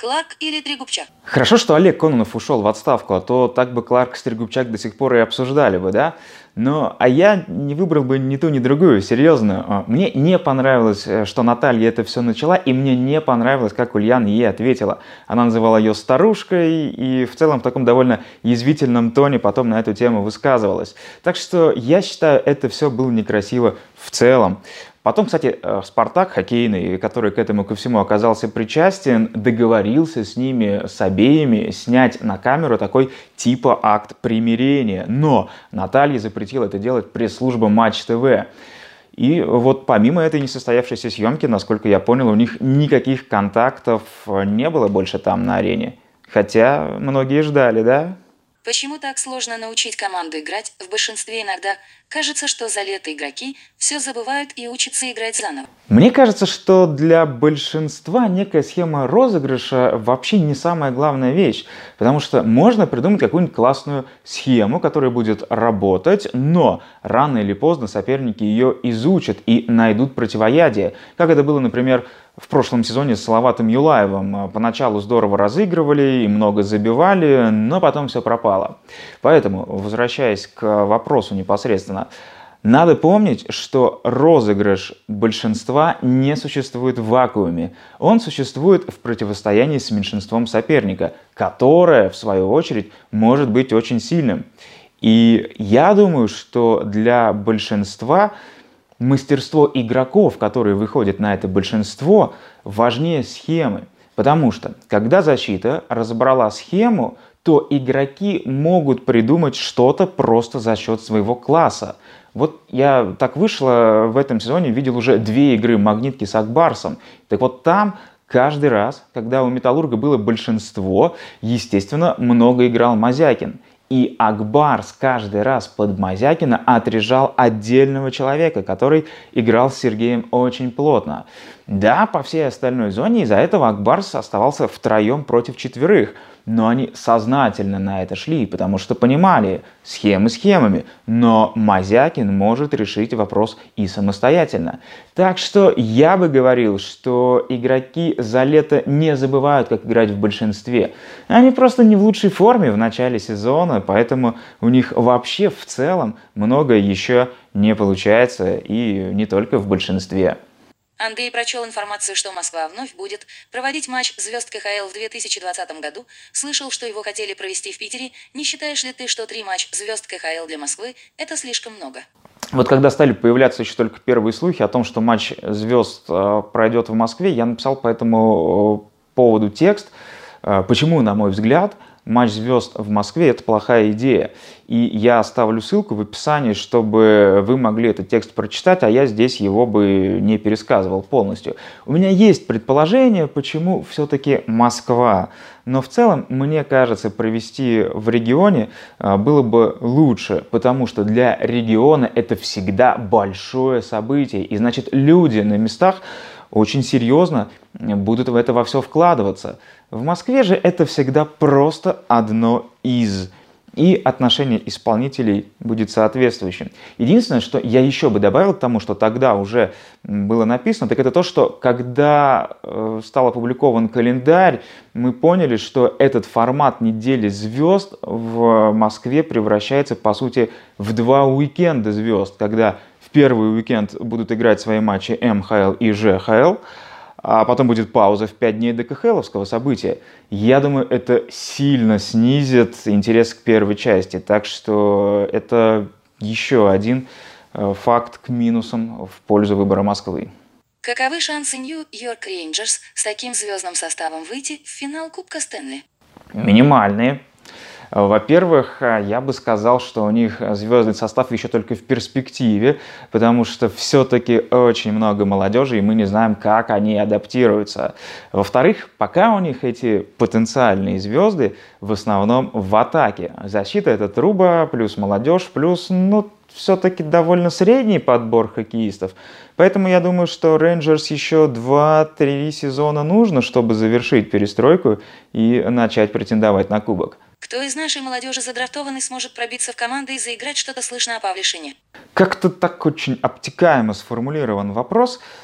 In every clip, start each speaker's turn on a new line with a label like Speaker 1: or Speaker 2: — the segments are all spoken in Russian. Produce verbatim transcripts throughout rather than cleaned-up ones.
Speaker 1: Кларк или Трегубчак?
Speaker 2: Хорошо, что Олег Кононов ушел в отставку, а то так бы Кларк с Трегубчак до сих пор и обсуждали бы, да? Но, а я не выбрал бы ни ту, ни другую, серьезно. Мне не понравилось, что Наталья это все начала, и мне не понравилось, как Ульяна ей ответила. Она называла ее старушкой и в целом в таком довольно язвительном тоне потом на эту тему высказывалась. Так что я считаю, это все было некрасиво в целом. Потом, кстати, «Спартак» хоккейный, который к этому ко всему оказался причастен, договорился с ними, с обеими, снять на камеру такой типа акт примирения. Но Наталья запретила это делать пресс-служба Матч ТВ. И вот помимо этой несостоявшейся съемки, насколько я понял, у них никаких контактов не было больше там на арене. Хотя многие ждали, да?
Speaker 1: Почему так сложно научить команду играть? В большинстве иногда кажется, что за лето игроки все забывают и учатся играть заново.
Speaker 2: Мне кажется, что для большинства некая схема розыгрыша вообще не самая главная вещь. Потому что можно придумать какую-нибудь классную схему, которая будет работать, но рано или поздно соперники ее изучат и найдут противоядие. Как это было, например, в прошлом сезоне с Салаватом Юлаевым. Поначалу здорово разыгрывали и много забивали, но потом все пропало. Поэтому, возвращаясь к вопросу непосредственно, надо помнить, что розыгрыш большинства не существует в вакууме. Он существует в противостоянии с меньшинством соперника, которое, в свою очередь, может быть очень сильным. И я думаю, что для большинства мастерство игроков, которые выходят на это большинство, важнее схемы. Потому что, когда защита разобрала схему, то игроки могут придумать что-то просто за счет своего класса. Вот я так вышло в этом сезоне, видел уже две игры «Магнитки» с Акбарсом. Так вот там каждый раз, когда у «Металлурга» было большинство, естественно, много играл Мазякин. И Акбарс каждый раз под Мазякина отрежал отдельного человека, который играл с Сергеем очень плотно. Да, по всей остальной зоне из-за этого Акбарс оставался втроем против четверых. Но они сознательно на это шли, потому что понимали, схемы схемами, но Мазякин может решить вопрос и самостоятельно. Так что я бы говорил, что игроки за лето не забывают, как играть в большинстве. Они просто не в лучшей форме в начале сезона, поэтому у них вообще в целом многое еще не получается, и не только в большинстве.
Speaker 1: Андрей прочел информацию, что Москва вновь будет проводить матч звезд ка ха эл в две тысячи двадцатом году. Слышал, что его хотели провести в Питере. Не считаешь ли ты, что три матча звезд ка ха эл для Москвы – это слишком много?
Speaker 2: Вот когда стали появляться еще только первые слухи о том, что матч звезд пройдет в Москве, я написал по этому поводу текст. Почему, на мой взгляд, матч звезд в Москве – это плохая идея. И я оставлю ссылку в описании, чтобы вы могли этот текст прочитать, а я здесь его бы не пересказывал полностью. У меня есть предположение, почему все-таки Москва. Но в целом, мне кажется, провести в регионе было бы лучше, потому что для региона это всегда большое событие. И значит, люди на местах очень серьезно будут в это во все вкладываться. В Москве же это всегда просто одно из. И отношение исполнителей будет соответствующим. Единственное, что я еще бы добавил к тому, что тогда уже было написано, так это то, что когда э, стал опубликован календарь, мы поняли, что этот формат недели звезд в Москве превращается, по сути, в два уикенда звезд, когда в первый уикенд будут играть свои матчи эм ха эл и жэ ха эл, а потом будет пауза в пять дней до ка ха эловского события. Я думаю, это сильно снизит интерес к первой части. Так что это еще один факт к минусам в пользу выбора Москвы.
Speaker 1: Каковы шансы Нью-Йорк Рейнджерс с таким звездным составом выйти в финал Кубка Стэнли?
Speaker 2: Минимальные. Во-первых, я бы сказал, что у них звездный состав еще только в перспективе, потому что все-таки очень много молодежи, и мы не знаем, как они адаптируются. Во-вторых, пока у них эти потенциальные звезды в основном в атаке. Защита — это труба, плюс молодежь, плюс, ну, все-таки довольно средний подбор хоккеистов. Поэтому я думаю, что Рейнджерс еще два-три сезона нужно, чтобы завершить перестройку и начать претендовать на кубок.
Speaker 1: Кто из нашей молодежи задрафтованный сможет пробиться в команды и заиграть? Что-то слышно о Павле Шине.
Speaker 2: Как-то так очень обтекаемо сформулирован вопрос.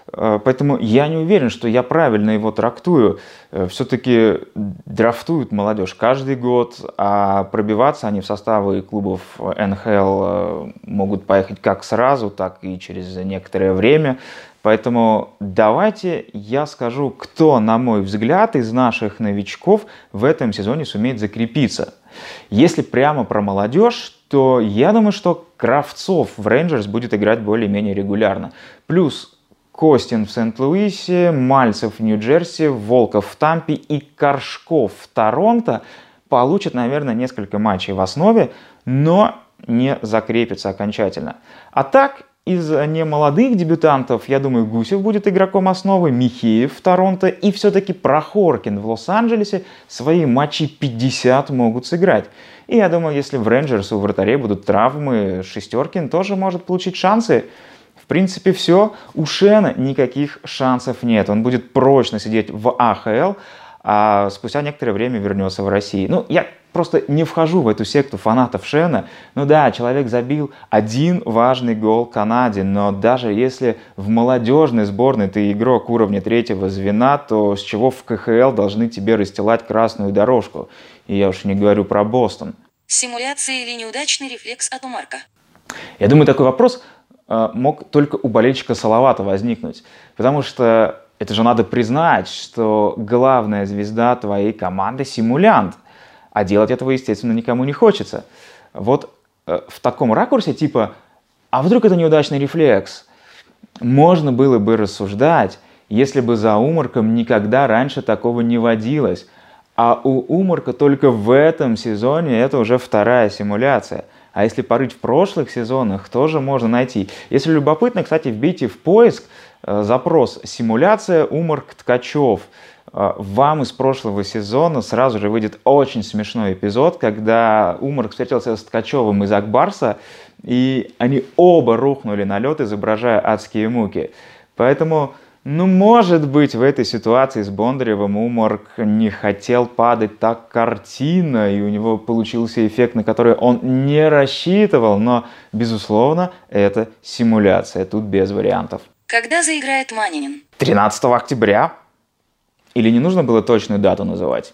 Speaker 2: Поэтому я не уверен, что я правильно его трактую. Все-таки драфтуют молодежь каждый год, а пробиваться они в составы клубов эн ха эл могут поехать как сразу, так и через некоторое время. Поэтому давайте я скажу, кто, на мой взгляд, из наших новичков в этом сезоне сумеет закрепиться. Если прямо про молодежь, то я думаю, что Кравцов в Рейнджерс будет играть более-менее регулярно. Плюс Костин в Сент-Луисе, Мальцев в Нью-Джерси, Волков в Тампе и Коршков в Торонто получат, наверное, несколько матчей в основе, но не закрепятся окончательно. А так, из немолодых дебютантов, я думаю, Гусев будет игроком основы, Михеев в Торонто и все-таки Прохоркин в Лос-Анджелесе свои матчи пятьдесят могут сыграть. И я думаю, если в Рейнджерс у вратарей будут травмы, Шестеркин тоже может получить шансы. В принципе, все. У Шена никаких шансов нет. Он будет прочно сидеть в а ха эл, а спустя некоторое время вернется в Россию. Ну, я просто не вхожу в эту секту фанатов Шена. Ну да, человек забил один важный гол Канаде, но даже если в молодежной сборной ты игрок уровня третьего звена, то с чего в ка ха эл должны тебе расстилать красную дорожку? И я уж не говорю про Бостон.
Speaker 1: Симуляция или неудачный рефлекс от Умарка?
Speaker 2: Я думаю, такой вопрос мог только у болельщика Салавата возникнуть. Потому что это же надо признать, что главная звезда твоей команды — симулянт. А делать этого, естественно, никому не хочется. Вот в таком ракурсе, типа, а вдруг это неудачный рефлекс? Можно было бы рассуждать, если бы за Умарком никогда раньше такого не водилось. А у Умарка только в этом сезоне это уже вторая симуляция. А если порыть в прошлых сезонах, тоже можно найти. Если любопытно, кстати, вбейте в поиск э, запрос «Симуляция Умарк Ткачев». Э, вам из прошлого сезона сразу же выйдет очень смешной эпизод, когда Умарк встретился с Ткачевым из Акбарса, и они оба рухнули на лед, изображая адские муки. Поэтому... Ну, может быть, в этой ситуации с Бондаревым Умарк не хотел падать так картинно, и у него получился эффект, на который он не рассчитывал, но, безусловно, это симуляция, тут без вариантов.
Speaker 1: Когда заиграет Манинин?
Speaker 2: тринадцатого октября? Или не нужно было точную дату называть?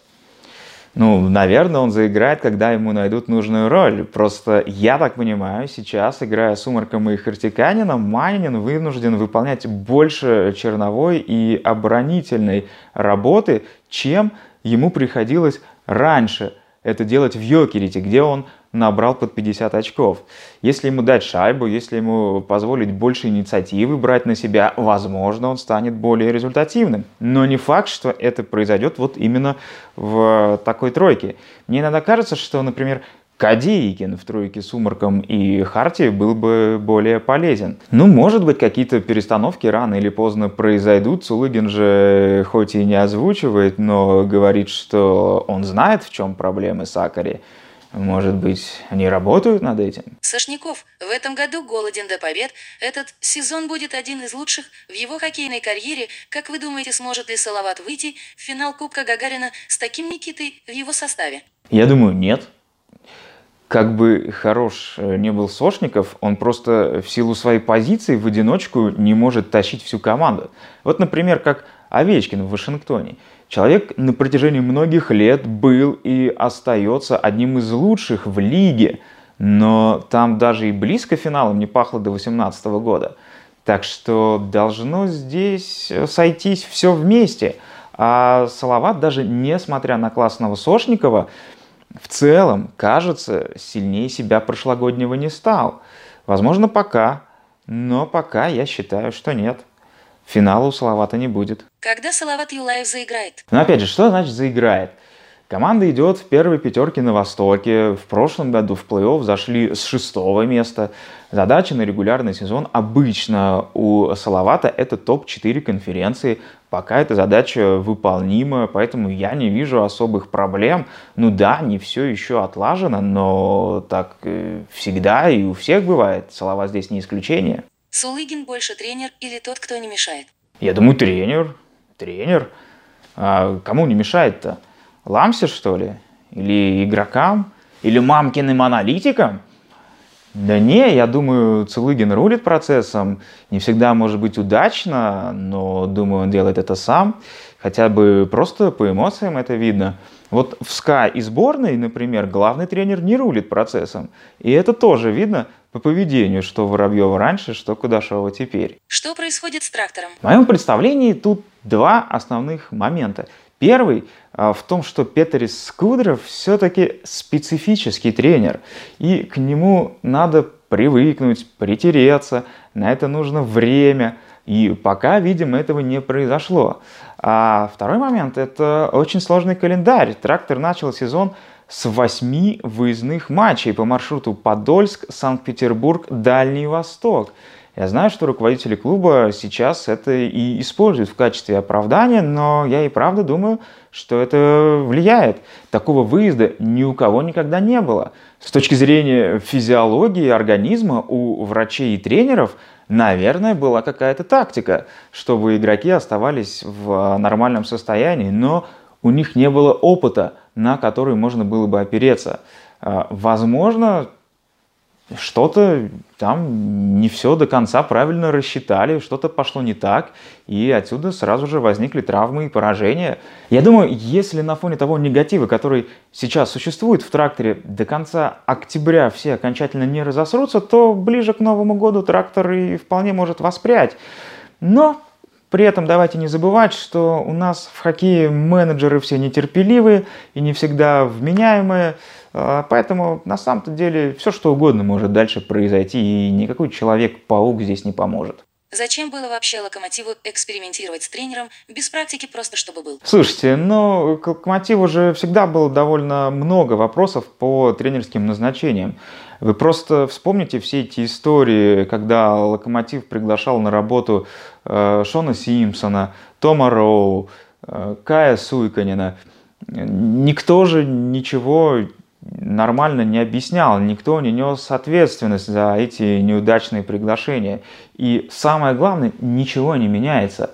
Speaker 2: Ну, наверное, он заиграет, когда ему найдут нужную роль. Просто, я так понимаю, сейчас, играя с Умарком и Хартиканином, Манинин вынужден выполнять больше черновой и оборонительной работы, чем ему приходилось раньше это делать в Йокерите, где он набрал под пятьдесят очков. Если ему дать шайбу, если ему позволить больше инициативы брать на себя, возможно, он станет более результативным. Но не факт, что это произойдет вот именно в такой тройке. Мне иногда кажется, что, например, Кадейкин в тройке с Умарком и Харти был бы более полезен. Ну, может быть, какие-то перестановки рано или поздно произойдут. Цулыгин же хоть и не озвучивает, но говорит, что он знает, в чем проблемы Сакари. Может быть, они работают над этим?
Speaker 1: Сошников в этом году голоден до побед. Этот сезон будет один из лучших в его хоккейной карьере. Как вы думаете, сможет ли Салават выйти в финал Кубка Гагарина с таким Никитой в его составе?
Speaker 2: Я думаю, нет. Как бы хорош не был Сошников, он просто в силу своей позиции в одиночку не может тащить всю команду. Вот, например, как Овечкин в Вашингтоне. Человек на протяжении многих лет был и остается одним из лучших в лиге, но там даже и близко финалом не пахло до две тысячи восемнадцатого года. Так что должно здесь сойтись все вместе. А Салават, даже несмотря на классного Сошникова, в целом, кажется, сильнее себя прошлогоднего не стал. Возможно, пока, но пока я считаю, что нет. Финала у Салавата не будет.
Speaker 1: Когда Салават Юлаев заиграет?
Speaker 2: Но опять же, что значит заиграет? Команда идет в первой пятерке на Востоке. В прошлом году в плей-офф зашли с шестого места. Задача на регулярный сезон обычно у Салавата — это топ четыре конференции. Пока эта задача выполнима, поэтому я не вижу особых проблем. Ну да, не все еще отлажено, но так всегда и у всех бывает. Салават здесь не исключение.
Speaker 1: Цулыгин больше тренер или тот, кто не мешает?
Speaker 2: Я думаю, тренер. Тренер. А кому не мешает-то? Ламсе, что ли? Или игрокам? Или мамкиным аналитикам? Да не, я думаю, Цылыгин рулит процессом. Не всегда может быть удачно, но думаю, он делает это сам. Хотя бы просто по эмоциям это видно. Вот в СКА и сборной, например, главный тренер не рулит процессом. И это тоже видно по поведению, что Воробьева раньше, что Кудашова теперь.
Speaker 1: Что происходит с трактором?
Speaker 2: В моем представлении тут два основных момента. Первый а, в том, что Петерис Скудров все-таки специфический тренер, и к нему надо привыкнуть, притереться, на это нужно время, и пока, видимо, этого не произошло. А второй момент – это очень сложный календарь. Трактор начал сезон с восьми выездных матчей по маршруту Подольск, Санкт-Петербург, Дальний Восток. Я знаю, что руководители клуба сейчас это и используют в качестве оправдания, но я и правда думаю, что это влияет. Такого выезда ни у кого никогда не было. С точки зрения физиологии организма у врачей и тренеров, наверное, была какая-то тактика, чтобы игроки оставались в нормальном состоянии, но у них не было опыта, на который можно было бы опереться. Возможно, что-то там не все до конца правильно рассчитали, что-то пошло не так, и отсюда сразу же возникли травмы и поражения. Я думаю, если на фоне того негатива, который сейчас существует в тракторе, до конца октября все окончательно не разосрутся, то ближе к Новому году трактор и вполне может воспрять. Но при этом давайте не забывать, что у нас в хоккее менеджеры все нетерпеливые и не всегда вменяемые. Поэтому на самом-то деле все что угодно может дальше произойти, и никакой Человек-паук здесь не поможет.
Speaker 1: Зачем было вообще Локомотиву экспериментировать с тренером без практики, просто чтобы был?
Speaker 2: Слушайте, ну, к Локомотиву же всегда было довольно много вопросов по тренерским назначениям. Вы просто вспомните все эти истории, когда Локомотив приглашал на работу э, Шона Симпсона, Тома Роу, э, Кая Суйканина. Никто же ничего нормально не объяснял, никто не нес ответственность за эти неудачные приглашения. И самое главное, ничего не меняется.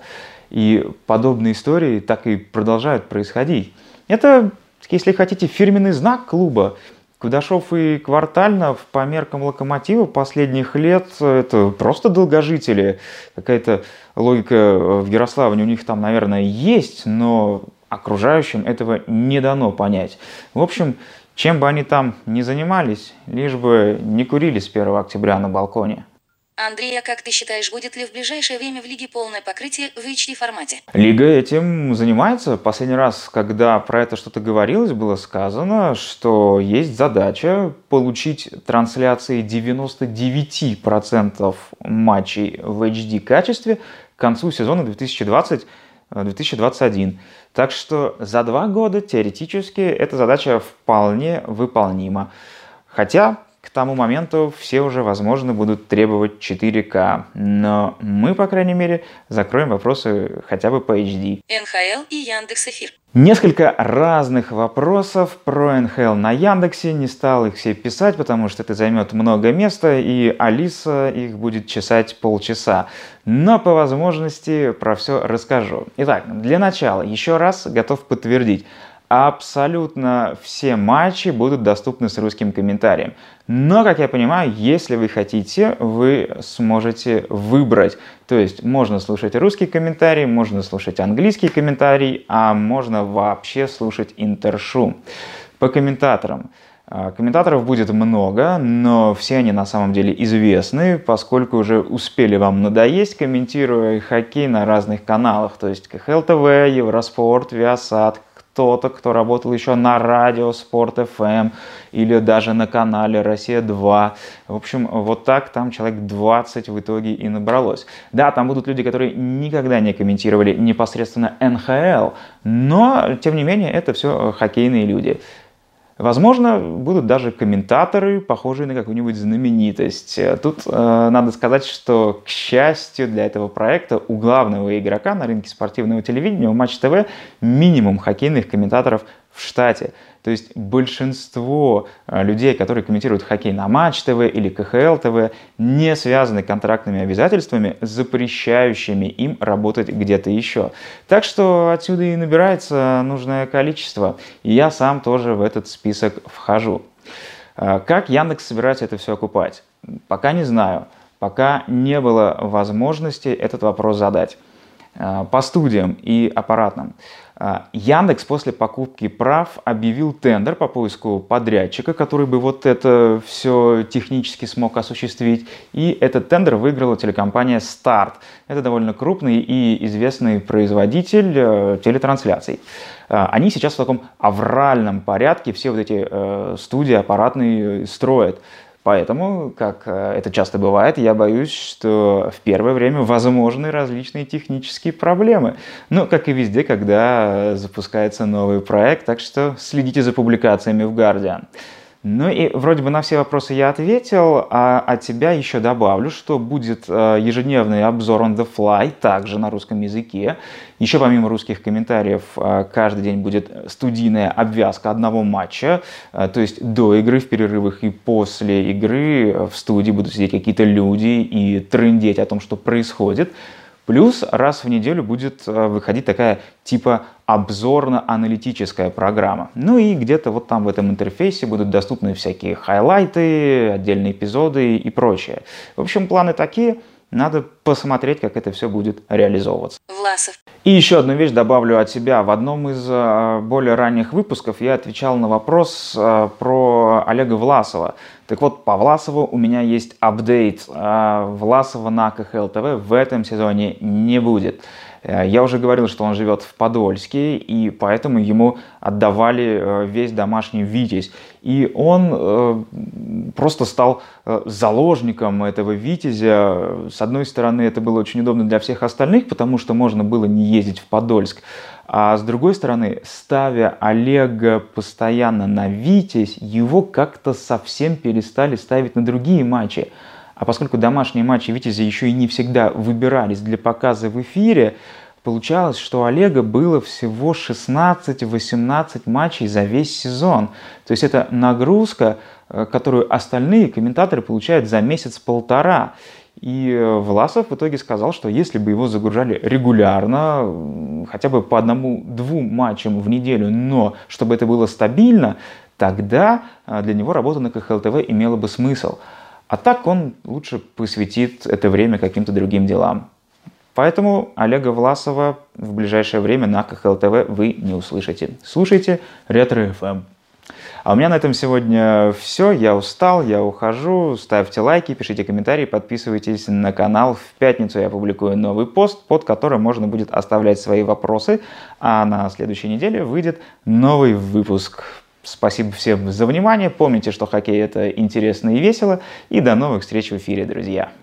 Speaker 2: И подобные истории так и продолжают происходить. Это, если хотите, фирменный знак клуба. Кудашов и Квартальнов по меркам Локомотива последних лет это просто долгожители. Какая-то логика в Ярославне у них там, наверное, есть, но окружающим этого не дано понять. В общем, чем бы они там ни занимались, лишь бы не курили с первого октября на балконе.
Speaker 1: Андрей, а как ты считаешь, будет ли в ближайшее время в Лиге полное покрытие в эйч ди формате?
Speaker 2: Лига этим занимается. Последний раз, когда про это что-то говорилось, было сказано, что есть задача получить трансляции девяносто девять процентов матчей в эйч ди качестве к концу сезона две тысячи двадцать - две тысячи двадцать один. Так что за два года теоретически эта задача вполне выполнима. Хотя к тому моменту все уже, возможно, будут требовать четыре ка. Но мы, по крайней мере, закроем вопросы хотя бы по эйч ди.
Speaker 1: эн ха эл и Яндекс.Эфир.
Speaker 2: Несколько разных вопросов про эн ха эл на Яндексе. Не стал их все писать, потому что это займет много места, и Алиса их будет чесать полчаса. Но по возможности про все расскажу. Итак, для начала еще раз готов подтвердить. Абсолютно все матчи будут доступны с русским комментарием. Но, как я понимаю, если вы хотите, вы сможете выбрать. То есть можно слушать русский комментарий, можно слушать английский комментарий, а можно вообще слушать интершум. По комментаторам. Комментаторов будет много, но все они на самом деле известны, поскольку уже успели вам надоесть, комментируя хоккей на разных каналах. То есть ка ха эл тэ вэ, Евроспорт, Виасат, кто-то, кто работал еще на радио Спорт эф эм или даже на канале Россия два. В общем, вот так там человек двадцать в итоге и набралось. Да, там будут люди, которые никогда не комментировали непосредственно эн ха эл, но, тем не менее, это все хоккейные люди. Возможно, будут даже комментаторы, похожие на какую-нибудь знаменитость. Тут э, надо сказать, что, к счастью для этого проекта, у главного игрока на рынке спортивного телевидения, у Матч ТВ, минимум хоккейных комментаторов в штате. То есть большинство людей, которые комментируют хоккей на Матч ТВ или ка ха эл тэ вэ, не связаны контрактными обязательствами, запрещающими им работать где-то еще. Так что отсюда и набирается нужное количество. И я сам тоже в этот список вхожу. Как Яндекс собирается это все окупать? Пока не знаю. Пока не было возможности этот вопрос задать. По студиям и аппаратным. Яндекс после покупки прав объявил тендер по поиску подрядчика, который бы вот это все технически смог осуществить. И этот тендер выиграла телекомпания Старт. Это довольно крупный и известный производитель телетрансляций. Они сейчас в таком авральном порядке все вот эти студии аппаратные строят. Поэтому, как это часто бывает, я боюсь, что в первое время возможны различные технические проблемы. Ну, как и везде, когда запускается новый проект, так что следите за публикациями в Guardian. Ну и вроде бы на все вопросы я ответил, а от тебя еще добавлю, что будет ежедневный обзор on the fly, также на русском языке. Еще помимо русских комментариев, каждый день будет студийная обвязка одного матча, то есть до игры, в перерывах и после игры в студии будут сидеть какие-то люди и трындеть о том, что происходит. Плюс раз в неделю будет выходить такая типа обзорно-аналитическая программа. Ну и где-то вот там в этом интерфейсе будут доступны всякие хайлайты, отдельные эпизоды и прочее. В общем, планы такие. Надо посмотреть, как это все будет реализовываться.
Speaker 1: Власов.
Speaker 2: И еще одну вещь добавлю от себя. В одном из более ранних выпусков я отвечал на вопрос про Олега Власова. Так вот, по Власову у меня есть апдейт. Власова на ка ха эл тэ вэ в этом сезоне не будет. Я уже говорил, что он живет в Подольске, и поэтому ему отдавали весь домашний «Витязь». И он просто стал заложником этого «Витязя». С одной стороны, это было очень удобно для всех остальных, потому что можно было не ездить в Подольск. А с другой стороны, ставя Олега постоянно на «Витязь», его как-то совсем перестали ставить на другие матчи. А поскольку домашние матчи «Витязя» еще и не всегда выбирались для показа в эфире, получалось, что у Олега было всего шестнадцать-восемнадцать матчей за весь сезон. То есть это нагрузка, которую остальные комментаторы получают за месяц-полтора. И Власов в итоге сказал, что если бы его загружали регулярно, хотя бы по одному-двум матчам в неделю, но чтобы это было стабильно, тогда для него работа на ка ха эл тэ вэ имела бы смысл. А так он лучше посвятит это время каким-то другим делам. Поэтому Олега Власова в ближайшее время на ка ха эл тэ вэ вы не услышите. Слушайте Ретро эф эм. А у меня на этом сегодня все. Я устал, я ухожу. Ставьте лайки, пишите комментарии, подписывайтесь на канал. В пятницу я публикую новый пост, под которым можно будет оставлять свои вопросы. А на следующей неделе выйдет новый выпуск. Спасибо всем за внимание. Помните, что хоккей — это интересно и весело. И до новых встреч в эфире, друзья.